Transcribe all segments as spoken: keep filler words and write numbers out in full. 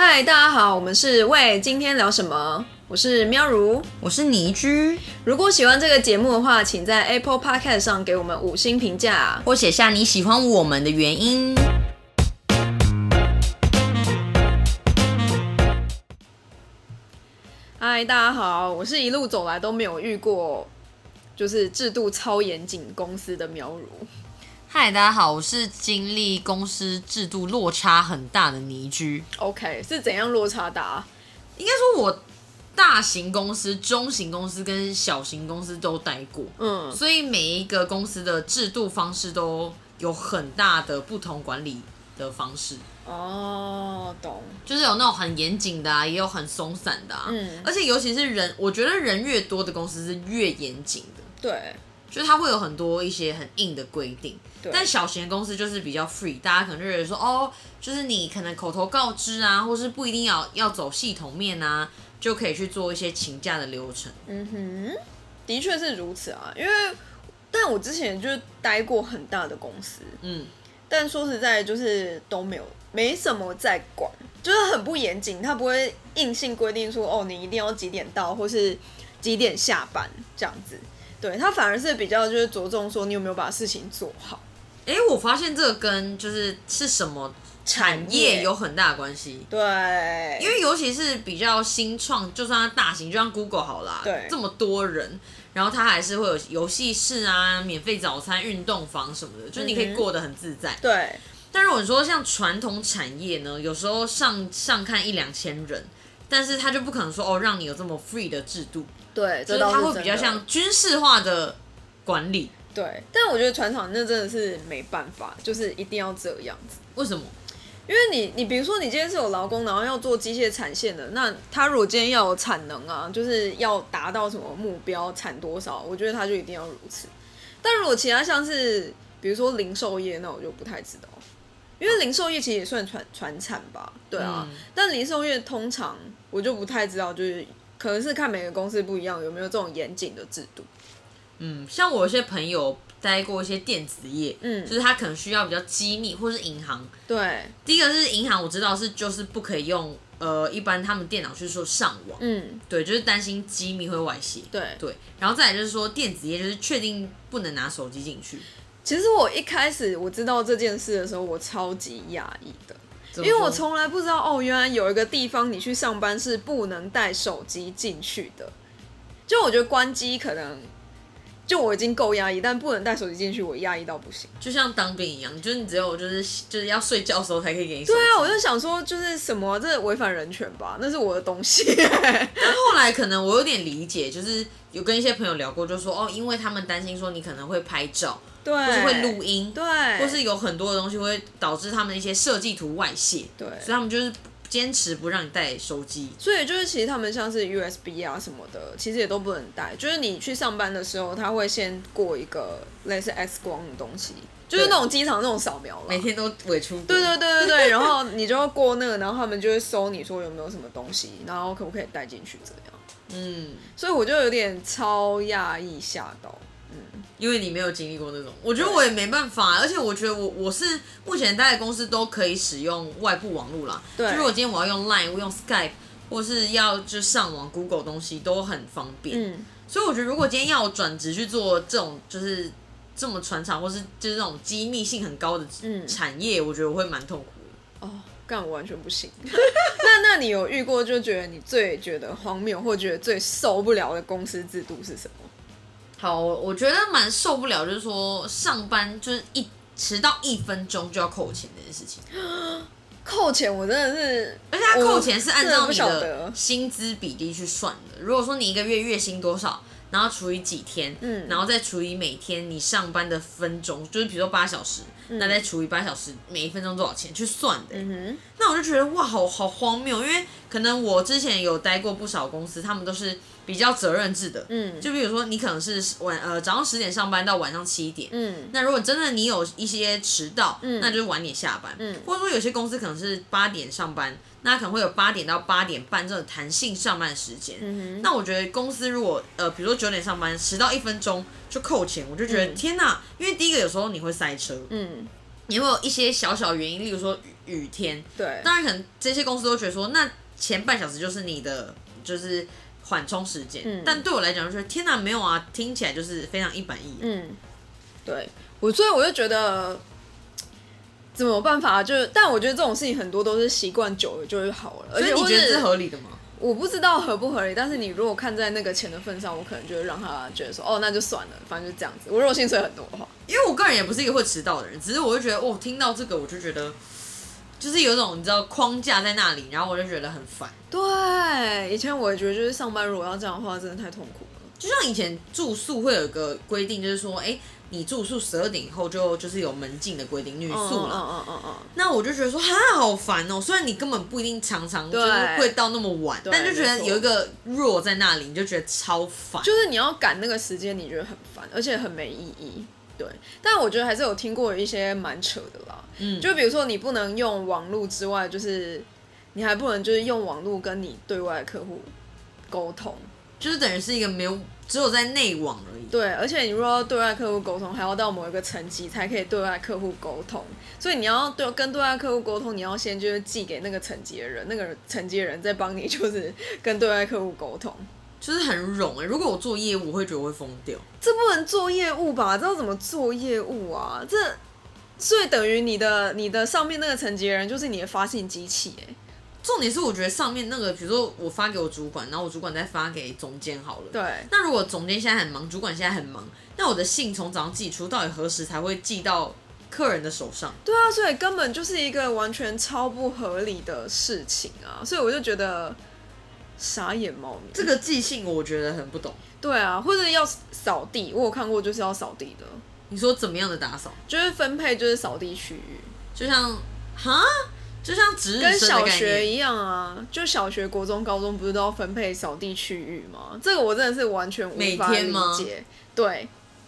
嗨，大家好，我们是喂，今天聊什么？我是喵如， 我是倪居。 如果喜欢这个节目的话，请在 Apple Podcast 上给我们五星评价， 或写下你喜欢我们的原因。 嗨，大家好，我是一路走来都没有遇过就是制度超严谨公司的苗如。 嗨，大家好，我是经历公司制度落差很大的倪居。 OK， 是怎样落差大？ 应该说我大型公司、中型公司跟小型公司都待过，嗯，所以每一个公司的制度方式都有很大的不同管理的方式。 哦，懂， 就是有那种很严谨的啊，也有很松散的啊，嗯，而且尤其是人，我觉得人越多的公司是越严谨的， 对， 就是它会有很多一些很硬的规定。但小型的公司就是比较 free， 大家可能就觉得说，哦，就是你可能口头告知啊，或是不一定要要走系统面啊，就可以去做一些请假的流程。 嗯哼，的确是如此啊，因为但我之前就是待过很大的公司，嗯，但说实在就是都没有没什么在管，就是很不严谨，他不会硬性规定说，哦，你一定要几点到，或是几点下班这样子。对，他反而是比较就是着重说你有没有把事情做好。 哎、欸，我发现这个跟就是是什么产业有很大的关系。 对， 因为尤其是比较新创，就算它大型，就像 Google 好啦， 对， 这么多人，然后它还是会有游戏室啊、免费早餐、运动房什么的，就是你可以过得很自在。 嗯、对。 但如果说像传统产业呢，有时候上上看一两千人，但是他就不可能说哦，让你有这么 free 的制度。 对， 就是它会比较像军事化的管理。 对，但我觉得船厂那真的是没办法，就是一定要这样子。 为什么？ 因为你，你比如说你今天是有劳工，然后要做机械产线的，那他如果今天要有产能啊，就是要达到什么目标，产多少，我觉得他就一定要如此。但如果其他像是比如说零售业，那我就不太知道，因为零售业其实也算传传产吧，对啊。嗯、但零售业通常我就不太知道，就是可能是看每个公司不一样，有没有这种严谨的制度。 嗯，像我有些朋友待过一些电子业，嗯，就是他可能需要比较机密，或是银行。 对， 第一个是银行，我知道是就是不可以用呃一般他们电脑去说上网，嗯，对，就是担心机密会外泄。对对，然后再来就是说电子业就是确定不能拿手机进去。 其实我一开始我知道这件事的时候，我超级讶异的，因为我从来不知道哦，原来有一个地方你去上班是不能带手机进去的。就我觉得关机可能。就我已经够压抑，但不能带手机进去，我压抑到不行。 就像当兵一样，就是你只有就是就是要睡觉的时候才可以给你手机。 对啊，我就想说，就是什么这违反人权吧？那是我的东西。 但后来可能我有点理解，就是有跟一些朋友聊过，就说哦，因为他们担心说你可能会拍照， 对， 或是会录音， 对， 或是有很多的东西会导致他们一些设计图外泄，对，所以他们就是。坚持不让你带手机， 所以就是其实他们像是 U S B 啊什么的，其实也都不能带。就是你去上班的时候，他会先过一个类似 X 光的东西，就是那种机场那种扫描了， 每天都伪出国。 对对对对对，然后你就要过那个，然后他们就会搜你说有没有什么东西，然后可不可以带进去这样。嗯，所以我就有点超讶异吓到。 嗯，因为你没有经历过那种，我觉得我也没办法，而且我觉得我我是目前待的公司都可以使用外部网络啦。对，就如果今天我要用 Line， 我用 Skype， 或是要就上网 Google 东西都很方便。嗯，所以我觉得如果今天要我转职去做这种就是这么传统或是就是那种机密性很高的产业，嗯、我觉得我会蛮痛苦的。 哦，干我完全不行。那那你有遇过就觉得你最觉得荒谬或觉得最受不了的公司制度是什么？ 好，我觉得蛮受不了，就是说上班就是一迟到一分钟就要扣钱这件事情。 扣钱我真的是， 而且他扣钱是按照你的薪资比例去算的。如果说你一个月月薪多少，然后除以几天，嗯，然后再除以每天你上班的分钟，就是比如说八小时，嗯、那再除以八小时，每一分钟多少钱去算的。嗯哼，那我就觉得哇，好好荒谬，因为可能我之前有待过不少公司，他们都是。比较责任制的，嗯，就比如说你可能是晚呃早上十点上班到晚上七点，嗯，那如果真的你有一些迟到，嗯，那就是晚点下班，嗯，或者说有些公司可能是八点上班，那可能会有八点到八点半这种弹性上班时间，嗯哼，那我觉得公司如果呃比如说九点上班，迟到一分钟就扣钱，我就觉得、嗯、天哪，因为第一个有时候你会塞车，嗯。你会有一些小小原因，例如说雨天， 对， 当然可能这些公司都觉得说，那前半小时就是你的就是缓冲时间，嗯，但对我来讲就觉得天哪，没有啊，听起来就是非常一板一眼。 嗯，对我所以我就觉得怎么有办法，就是但我觉得这种事情很多都是习惯久了就会好了， 所以你觉得这是合理的吗？ 我不知道合不合理，但是你如果看在那个钱的份上，我可能就会让他觉得说，哦，那就算了，反正就这样子。我如果薪水很多的话， 因为我个人也不是一个会迟到的人，只是我就觉得，哦，听到这个我就觉得，就是有一种你知道框架在那里，然后我就觉得很烦。 对，以前我也觉得就是上班如果要这样的话，真的太痛苦了。 就像以前住宿会有一个规定，就是说，哎，你住宿十二点以后就就是有门禁的规定，女宿啦。嗯嗯嗯嗯。那我就觉得说，哈，好烦哦。虽然你根本不一定常常就是会到那么晚，但就觉得有一个弱在那里，你就觉得超烦。 就是你要赶那个时间，你觉得很烦，而且很没意义。对，但我觉得还是有听过一些蛮扯的啦。嗯。就比如说，你不能用网络之外，就是你还不能就是用网络跟你对外的客户沟通， 就是等于是一个没有。只有在内网而已。 对，而且你如果要对外客户沟通，还要到某一个层级才可以对外客户沟通。所以你要对跟对外客户沟通，你要先就是寄给那个层级的人，那个层级的人再帮你就是跟对外客户沟通， 就是很冗哎、欸。如果我做业务，我会觉得我会疯掉。 这不能做业务吧？这要怎么做业务啊？这所以等于你的你的上面那个层级的人就是你的发信机器哎、欸。 重点是我觉得上面那个，比如说我发给我主管，然后我主管再发给总监好了。 对。 那如果总监现在很忙，主管现在很忙，那我的信从早上寄出，到底何时才会寄到客人的手上？ 对啊，所以根本就是一个完全超不合理的事情啊！所以我就觉得傻眼猫咪。 这个寄信我觉得很不懂。 对啊，或者要扫地，我有看过就是要扫地的。 你说怎么样的打扫？ 就是分配就是扫地区域， 就像哈。就像值日生的概念， 跟小学一样啊，就小学、国中、高中不是都要分配扫地区域吗？这个我真的是完全无法理解。对，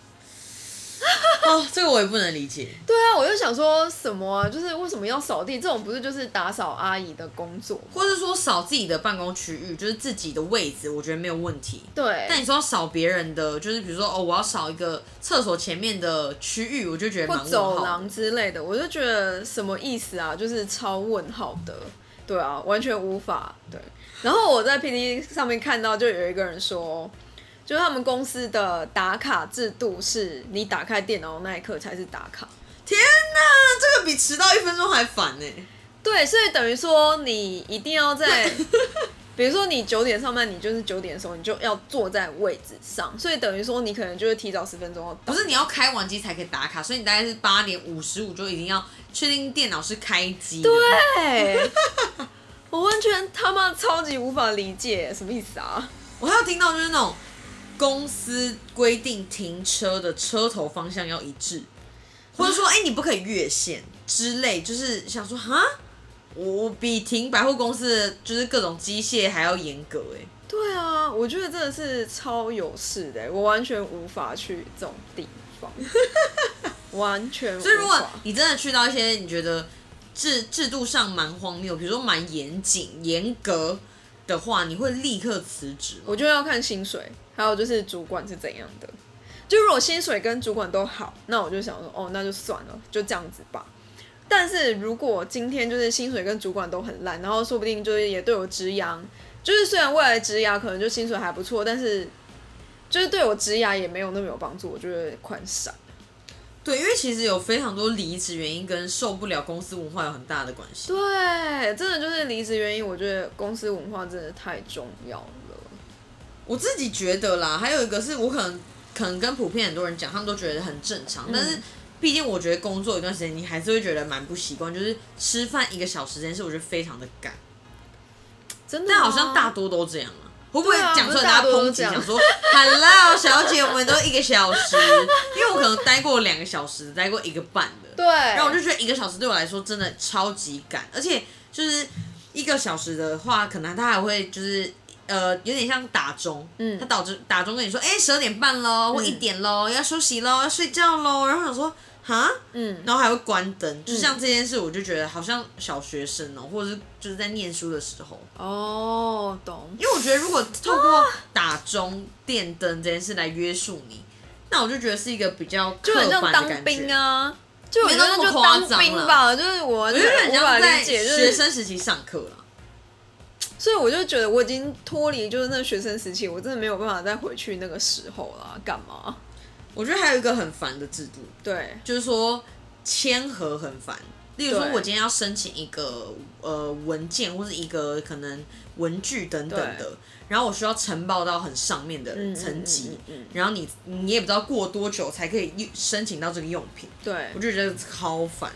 哦，这个我也不能理解。 对啊，我就想说什么啊？就是为什么要扫地？这种不是就是打扫阿姨的工作， 或者说扫自己的办公区域，就是自己的位置，我觉得没有问题。 对。 但你说要扫别人的，就是比如说哦，我要扫一个厕所前面的区域，我就觉得蛮问号的。 或走廊之类的，我就觉得什么意思啊？就是超问号的。对啊，完全无法对。然后我在 P T T 上面看到，就有一个人说。就是他们公司的打卡制度是，你打开电脑那一刻才是打卡。 天哪，这个比迟到一分钟还烦呢、欸。 对，所以等于说你一定要在，比如说你九点上班，你就是九点的时候你就要坐在位置上，所以等于说你可能就会提早十分钟要到。 不是你要开完机才可以打卡，所以你大概是八点五十五就已经要确定电脑是开机。 对，我完全他妈超级无法理解什么意思啊！ 我还有听到就是那种。公司规定停车的车头方向要一致，或者说，哎、欸，你不可以越线之类，就是想说，哈，我比停百货公司的就是各种机械还要严格，哎。 对啊，我觉得真的是超有事的，我完全无法去这种地方，完全无法。 所以，如果你真的去到一些你觉得制制度上蛮荒谬，比如说蛮严谨、严格的话，你会立刻辞职吗？ 我觉得要看薪水。还有就是主管是怎样的，就如果薪水跟主管都好，那我就想说，哦，那就算了，就这样子吧。但是如果今天就是薪水跟主管都很烂，然后说不定就是也对我职涯，就是虽然未来职涯可能就薪水还不错，但是就是对我职涯也没有那么有帮助，我觉得宽闪。 对，因为其实有非常多离职原因跟受不了公司文化有很大的关系。 对，真的就是离职原因，我觉得公司文化真的太重要了。 我自己觉得啦，还有一个是我可能可能跟普遍很多人讲，他们都觉得很正常，嗯、但是毕竟我觉得工作一段时间，你还是会觉得蛮不习惯，就是吃饭一个小时这件事，我觉得非常的赶。 真的、 啊？但好像大多都这样啊，会不会讲出来大家抨击，想说 “Hello， 小姐，我们都一个小时”，因为我可能待过两个小时，待过一个半的， 对， 然后我就觉得一个小时对我来说真的超级赶，而且就是一个小时的话，可能他还会就是。呃，有点像打钟，嗯，他打钟打钟跟你说，哎、欸，十二点半喽，或一点喽，要休息喽，要睡觉喽，然后想说，哈，嗯，然后还会关灯，就像这件事，我就觉得好像小学生哦，或者是就是在念书的时候， 哦，懂， 因为我觉得如果透过打钟、电灯这件事来约束你，那我就觉得是一个比较刻板的感觉， 就很像当兵啊。 就我觉得就当兵吧，就是我我觉得很像在学生时期上课了。 所以我就觉得我已经脱离就是那学生时期，我真的没有办法再回去那个时候了。干嘛？ 我觉得还有一个很烦的制度， 对， 就是说签核很烦。例如说，我今天要申请一个呃文件或是一个可能文具等等的，然后我需要呈报到很上面的层级，嗯嗯嗯嗯、然后你你也不知道过多久才可以申请到这个用品。 对， 我就觉得超烦。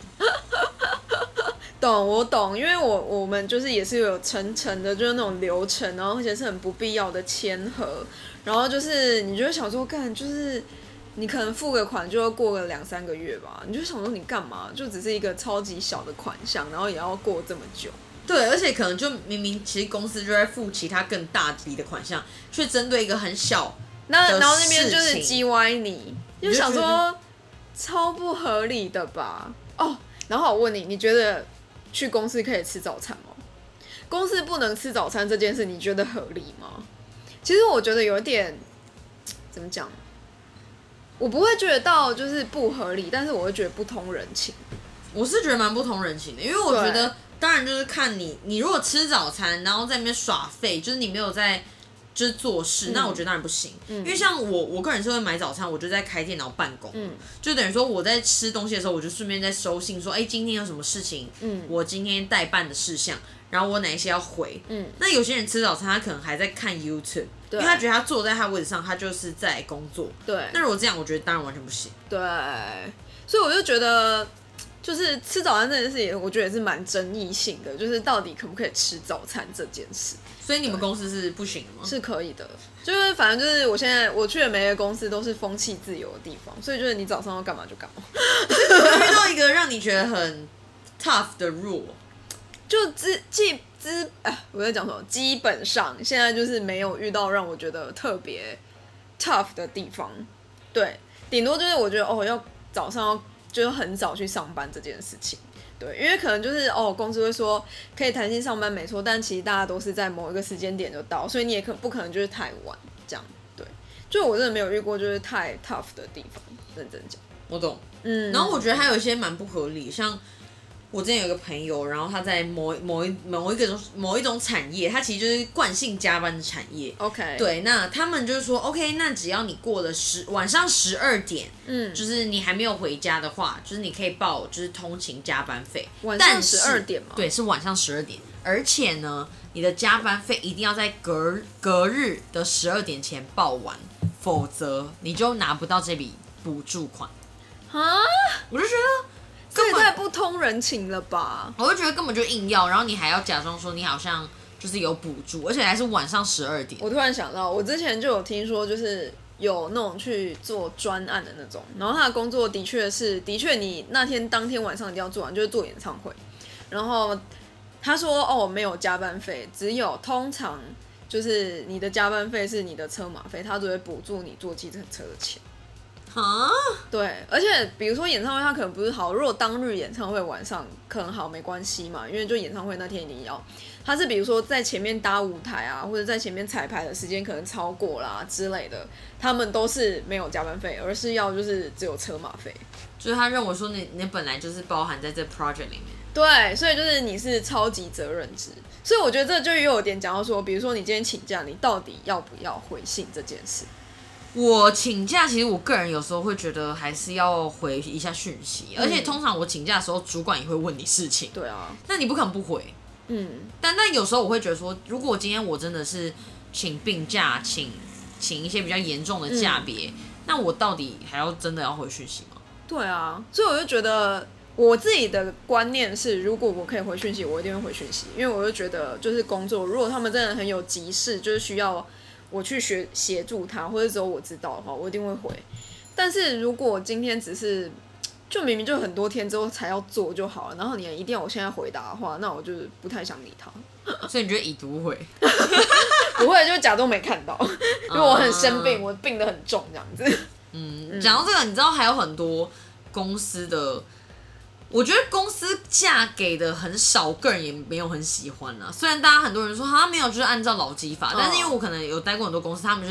懂，我懂，因为我我们就是也是有层层的，就是那种流程，然后而且是很不必要的签核，然后就是你就会想说，干就是你可能付个款就要过个两三个月吧，你就想说你干嘛？就只是一个超级小的款项，然后也要过这么久。 对，而且可能就明明其实公司就在付其他更大笔的款项，却针对一个很小那然后那边就是叽歪你，就想说超不合理的吧？哦，然后我问你，你觉得去公司可以吃早餐吗？公司不能吃早餐这件事，你觉得合理吗？其实我觉得有点怎么讲，我不会觉得到就是不合理，但是我会觉得不通人情。 我是觉得蛮不通人情的，因为我觉得当然就是看你，你如果吃早餐，然后在那边耍废，就是你没有在就是做事，嗯、那我觉得当然不行。嗯、因为像我，我个人是会买早餐，我就在开电脑办公，嗯、就等于说我在吃东西的时候，我就顺便在收信说，哎、欸，今天有什么事情，嗯、我今天代办的事项，然后我哪一些要回。嗯、那有些人吃早餐，他可能还在看 YouTube， 因为他觉得他坐在他位置上，他就是在工作。对。那如果这样，我觉得当然完全不行。 对，所以我就觉得。就是吃早餐这件事情，我觉得也是蛮争议性的，就是到底可不可以吃早餐这件事。 所以你们公司是不行的吗？ 是可以的，就是反正就是我现在我去的每个公司都是风气自由的地方，所以就是你早上要干嘛就干嘛。 有遇到一个让你觉得很 tough 的 rule， 就基基基哎，我在讲什么？基本上现在就是没有遇到让我觉得特别 tough 的地方，对，顶多就是我觉得哦要早上要。就是很早去上班这件事情，对，因为可能就是哦，公司会说可以弹性上班没错，但其实大家都是在某一个时间点就到，所以你也可不可能就是太晚这样，对，就我真的没有遇过就是太 tough 的地方，认真讲。 我懂，嗯，然后我觉得还有一些蛮不合理，像我之前有一个朋友，然后他在某某一某一个种某一种产业，他其实就是惯性加班的产业。OK， 对，那他们就是说 ，OK， 那只要你过了十晚上十二点，嗯，就是你还没有回家的话，就是你可以报就是通勤加班费。 晚上十二点吗？ 对，是晚上十二点，而且呢，你的加班费一定要在隔隔日的十二点前报完，否则你就拿不到这笔补助款。啊，我就觉得。 这也太不通人情了吧！ 我就觉得根本就硬要，然后你还要假装说你好像就是有补助，而且还是晚上十二点。 我突然想到，我之前就有听说，就是有那种去做专案的那种，然后他的工作的确是，的确你那天当天晚上一定要做完，就是做演唱会。然后他说哦，没有加班费，只有通常就是你的加班费是你的车马费，他只会补助你坐计程车的钱。啊，对，而且比如说演唱会，它可能不是好，如果当日演唱会晚上可能好没关系嘛，因为就演唱会那天一定要，它是比如说在前面搭舞台啊，或者在前面彩排的时间可能超过啦之类的，他们都是没有加班费，而是要就是只有车马费， 就是他认为说你你本来就是包含在这 project 里面， 对，所以就是你是超级责任制，所以我觉得这就又有点讲到说，比如说你今天请假，你到底要不要回信这件事。 我请假，其实我个人有时候会觉得还是要回一下讯息，嗯、而且通常我请假的时候，主管也会问你事情。 对啊， 那你不可能不回。嗯，但但有时候我会觉得说，如果今天我真的是请病假，请请一些比较严重的假别，嗯、那我到底还要真的要回讯息吗？ 对啊，所以我就觉得我自己的观念是，如果我可以回讯息，我一定会回讯息，因为我就觉得就是工作，如果他们真的很有急事，就是需要。我去学协助他，或者只有我知道的话，我一定会回。但是如果今天只是就明明就很多天之后才要做就好了，然后你一定要我现在回答的话，那我就不太想理他。 所以你觉得已读回？ 不会，就假装没看到，因为我很生病，我病得很重这样子。 嗯，讲到这个，你知道还有很多公司的。我觉得公司假给的很少，我个人也没有很喜欢啦。虽然大家很多人说他没有，就是按照劳基法，但是因为我可能有待过很多公司，他们就是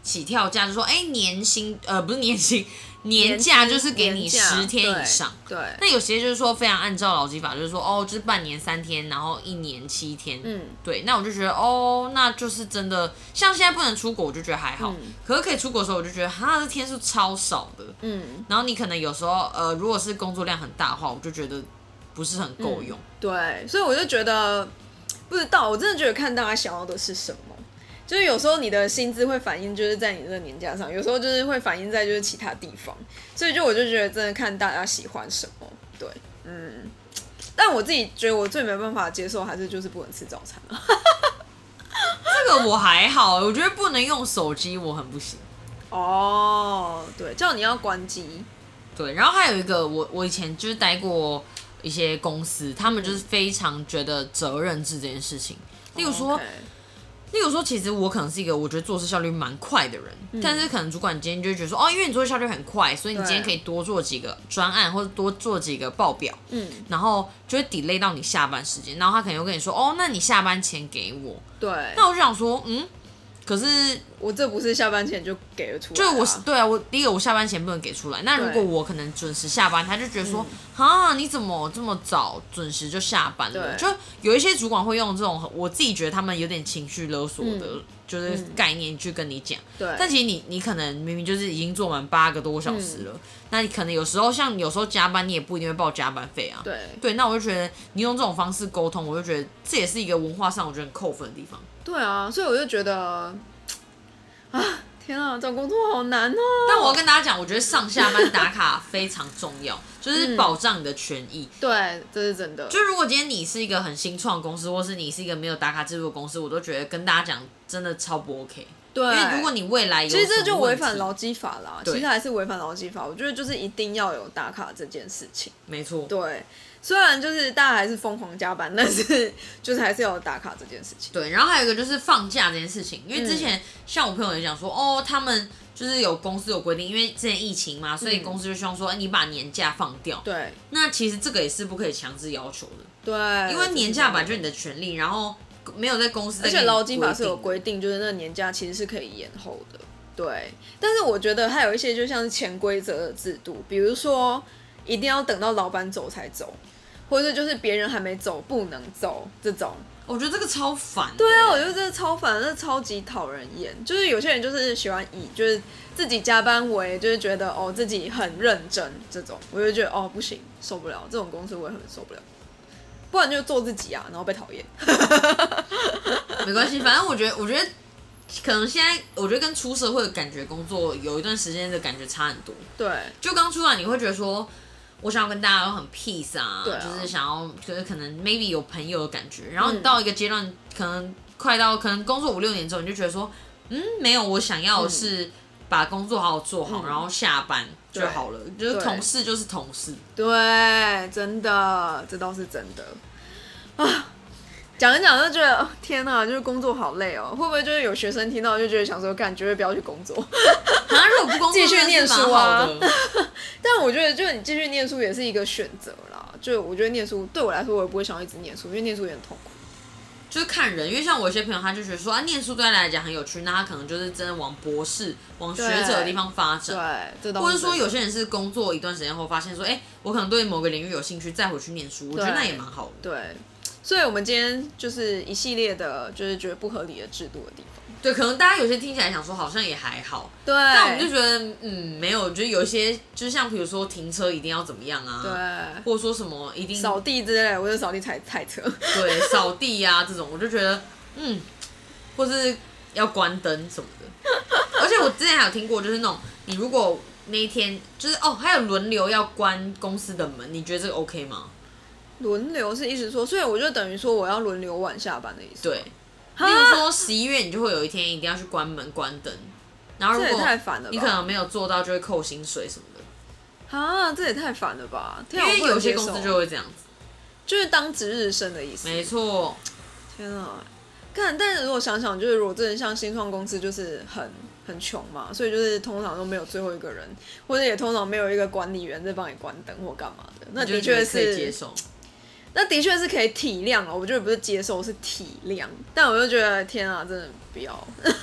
起跳价，就说哎年薪呃不是年薪。年假就是给你十天以上， 对。对那有些就是说非常按照劳基法，就是说哦，就是半年三天，然后一年七天，嗯，对。那我就觉得哦，那就是真的，像现在不能出国，我就觉得还好。嗯、可是可以出国的时候，我就觉得哈，这天数超少的，嗯。然后你可能有时候呃，如果是工作量很大的话，我就觉得不是很够用、嗯。 对，所以我就觉得不知道，我真的觉得看大家想要的是什么。就是有时候你的薪资会反映就是在你这个年假上，有时候就是会反映在就是其他地方，所以就我就觉得真的看大家喜欢什么，对，嗯，但我自己觉得我最没办法接受还是就是不能吃早餐了。 这个我还好，我觉得不能用手机我很不行。 哦，对，叫你要关机。 对，然后还有一个我我以前就是待过一些公司，他们就是非常觉得责任制这件事情，例如说。Oh, okay.例如说，其实我可能是一个我觉得做事效率蛮快的人，嗯、但是可能主管今天就会觉得说，哦，因为你做事效率很快，所以你今天可以多做几个专案或者多做几个报表，嗯，然后就会 delay 到你下班时间，然后他可能会跟你说，哦，那你下班前给我， 对， 那我就想说，嗯。可是我这不是下班前就给了出来、啊， 就我对啊，我第一个我下班前不能给出来。那如果我可能准时下班，他就觉得说，啊、嗯，你怎么这么早准时就下班了？就有一些主管会用这种，我自己觉得他们有点情绪勒索的，嗯、就是概念去跟你讲。对、嗯，但其实你你可能明明就是已经做完八个多小时了，嗯、那你可能有时候像有时候加班，你也不一定会报加班费啊。对对，那我就觉得你用这种方式沟通，我就觉得这也是一个文化上我觉得很扣分的地方。 对啊，所以我就觉得，啊，天啊，找工作好难哦。 但我要跟大家讲，我觉得上下班打卡非常重要，就是保障你的权益。 嗯、对，这是真的。 就如果今天你是一个很新创公司，或是你是一个没有打卡制度的公司，我都觉得跟大家讲，真的超不 OK。对，因为如果你未来有， 其实这就违反劳基法啦。其实还是违反劳基法。我觉得就是一定要有打卡这件事情。 没错。 对。虽然就是大家还是疯狂加班，但是就是还是要打卡这件事情。 对，然后还有一个就是放假这件事情，因为之前、嗯、像我朋友也讲说，哦，他们就是有公司有规定，因为之前疫情嘛，所以公司就希望说，嗯、你把年假放掉。对。那其实这个也是不可以强制要求的。 对。 因为年假本来就是你的权利，然后没有在公司在给你规定， 而且劳基法是有规定，就是那个年假其实是可以延后的。对。但是我觉得还有一些就像是潜规则的制度，比如说一定要等到老板走才走。或者就是别人还没走不能走这种， 我觉得这个超烦。 对啊，我觉得这个超烦，这超级讨人厌。就是有些人就是喜欢以就是自己加班为，就是觉得哦自己很认真这种，我就觉得哦不行，受不了这种公司，我也很受不了。不然就做自己啊，然后被讨厌。 没关系，反正我觉得，我觉得可能现在，我觉得跟出社会的感觉工作有一段时间的感觉差很多。对，就刚出来你会觉得说。我想要跟大家都很 peace 啊，啊就是想要，就是可能 maybe 有朋友的感觉。然后你到一个阶段，嗯、可能快到可能工作五六年之后，你就觉得说，嗯，没有，我想要的是把工作好好做好，嗯、然后下班就好了。就是同事就是同事。 对，真的，这倒是真的啊。讲一讲就觉得、哦、天哪，就是工作好累哦。会不会就是有学生听到就觉得想说，干绝对不要去工作， 啊，如果不工作继续念书啊。但我觉得，就是你继续念书也是一个选择啦。就我觉得念书对我来说，我也不会想要一直念书，因为念书有点痛苦。 就是看人，因为像我有些朋友，他就觉得说啊，念书对他来讲很有趣，那他可能就是真的往博士、往学者的地方发展。对，或者说有些人是工作一段时间后发现说，哎、欸，我可能对某个领域有兴趣，再回去念书，我觉得那也蛮好的。 对。所以我们今天就是一系列的，就是觉得不合理的制度的地方。 对，可能大家有些听起来想说好像也还好，对，但我们就觉得嗯没有，就是有一些就是像比如说停车一定要怎么样啊，对，或者说什么一定扫地之类，我觉得扫地踩踩车， 对，扫地啊这种，我就觉得嗯，或是要关灯什么的。而且我之前还有听过，就是那种你如果那一天就是哦，还有轮流要关公司的门，你觉得这个 OK 吗？ 轮流是意思说，所以我就等于说我要轮流晚下班的意思。 对，例如说十一月你就会有一天一定要去关门关灯，然后如果你可能没有做到，就会扣薪水什么的。 啊，这也太烦了吧！ 因为有些公司就会这样子， 就是当值日生的意思。 没错。 天啊，干！但是如果想想，就是如果真的像新创公司，就是很很穷嘛，所以就是通常都没有最后一个人，或者也通常没有一个管理员在帮你关灯或干嘛的。那的确是可以接受。 那的确是可以体谅哦，我觉得不是接受，是体谅。但我就觉得天啊，真的不要，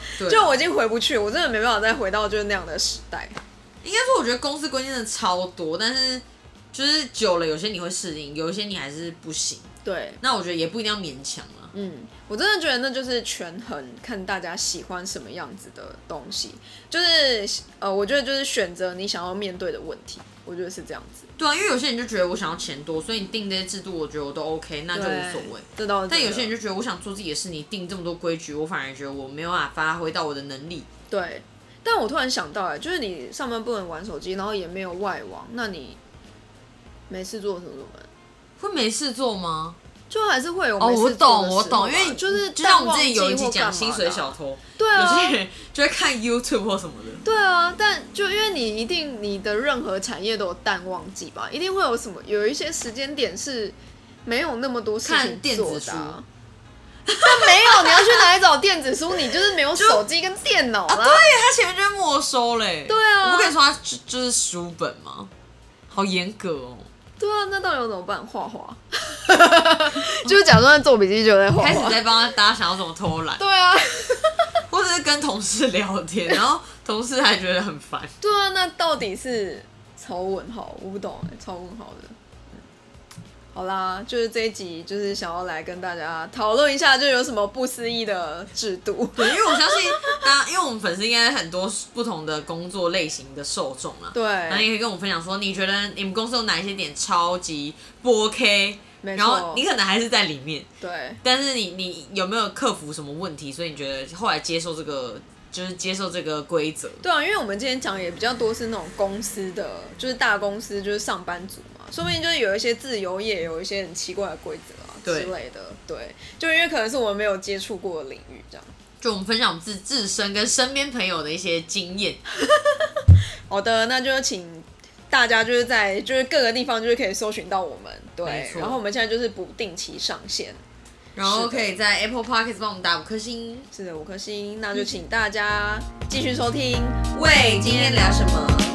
就我已经回不去，我真的没办法再回到就是那样的时代。 应该说，我觉得公司规定真的超多，但是就是久了，有些你会适应，有一些你还是不行。 对， 那我觉得也不一定要勉强了。 嗯，我真的觉得那就是权衡，看大家喜欢什么样子的东西，就是呃，我觉得就是选择你想要面对的问题，我觉得是这样子。 对啊，因为有些人就觉得我想要钱多，所以你定这些制度，我觉得我都 OK， 那就无所谓。 这倒是。 但有些人就觉得我想做自己的事，你定这么多规矩，我反而觉得我没有办法发挥到我的能力。 对，但我突然想到、欸，哎，就是你上班不能玩手机，然后也没有外网，那你没事做什么怎么办？ 会没事做吗？ 就还是会有哦，我懂，我懂，因为就是就像我们之前有一集讲薪水小偷， 对啊， 有些人就会看 YouTube 或什么的。 对啊，但就因为你一定你的任何产业都有淡旺季吧，一定会有什么有一些时间点是没有那么多事情做的、啊。但没有，你要去哪里找电子书？你就是没有手机跟电脑啦。啊， 对，他前面就会没收嘞。 对啊， 我不可以说他就就是书本吗？好严格哦。 对啊，那到底要怎么办？画画，就是假装在做笔记，就在画画。 开始在帮大家想要怎么偷懒。 对啊， 或者是跟同事聊天，然后同事还觉得很烦。 对啊，那到底是超问号？我不懂哎、欸，超问号的。好啦，就是这一集，就是想要来跟大家讨论一下，就有什么不思议的制度。 对，因为我相信大家，因为我们粉丝应该很多不同的工作类型的受众啦。 对， 然后你可以跟我分享说，你觉得你们公司有哪一些点超级不 OK？然后你可能还是在里面， 对， 但是你你有没有克服什么问题？所以你觉得后来接受这个，就是接受这个规则？ 对啊，因为我们今天讲也比较多是那种公司的，就是大公司，就是上班族嘛，说不定就是有一些自由业有一些很奇怪的规则啊之类的，对，就因为可能是我们没有接触过的领域，这样。 就我们分享我们自自身跟身边朋友的一些经验。 好的，那就请大家就是在就是各个地方就是可以搜寻到我们，对，然后我们现在就是不定期上线， 然后可以在 Apple Podcast 帮我们打五颗星， 是的，五颗星，那就请大家继续收听。 喂，今天聊什么？